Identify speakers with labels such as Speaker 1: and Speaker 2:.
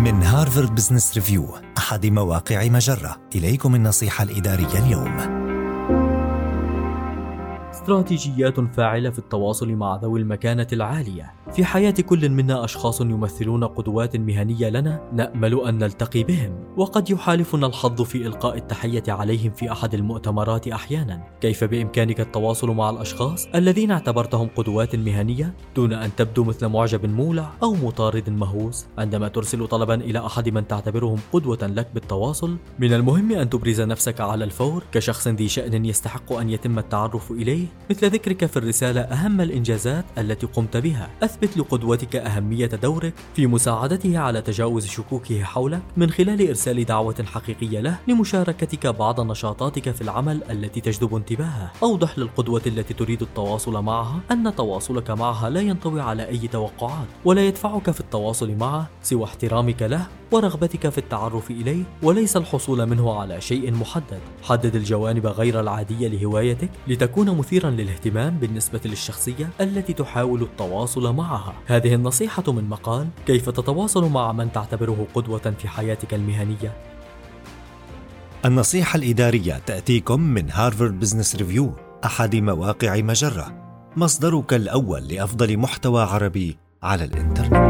Speaker 1: من هارفارد بزنس ريفيو، أحد مواقع مجرة. إليكم النصيحة الإدارية اليوم.
Speaker 2: استراتيجيات فاعلة في التواصل مع ذوي المكانة العالية. في حياة كل منا أشخاص يمثلون قدوات مهنية لنا نأمل أن نلتقي بهم، وقد يحالفنا الحظ في إلقاء التحية عليهم في أحد المؤتمرات أحيانا. كيف بإمكانك التواصل مع الأشخاص الذين اعتبرتهم قدوات مهنية دون أن تبدو مثل معجب مولع أو مطارد مهووس؟ عندما ترسل طلبا إلى أحد من تعتبرهم قدوة لك بالتواصل، من المهم أن تبرز نفسك على الفور كشخص ذي شأن يستحق أن يتم التعرف إليه، مثل ذكرك في الرسالة أهم الإنجازات التي قمت بها. أثبت لقدوتك أهمية دورك في مساعدته على تجاوز شكوكه حولك من خلال إرسال دعوة حقيقية له لمشاركتك بعض نشاطاتك في العمل التي تجذب انتباهه. أوضح للقدوة التي تريد التواصل معها أن تواصلك معها لا ينطوي على أي توقعات، ولا يدفعك في التواصل معه سوى احترامك له ورغبتك في التعرف إليه، وليس الحصول منه على شيء محدد. حدد الجوانب غير العادية لهوايتك لتكون مثيرا للاهتمام بالنسبة للشخصية التي تحاول التواصل معها. هذه النصيحة من مقال كيف تتواصل مع من تعتبره قدوة في حياتك المهنية.
Speaker 1: النصيحة الإدارية تأتيكم من هارفارد بزنس ريفيو، أحد مواقع مجرة، مصدرك الأول لأفضل محتوى عربي على الإنترنت.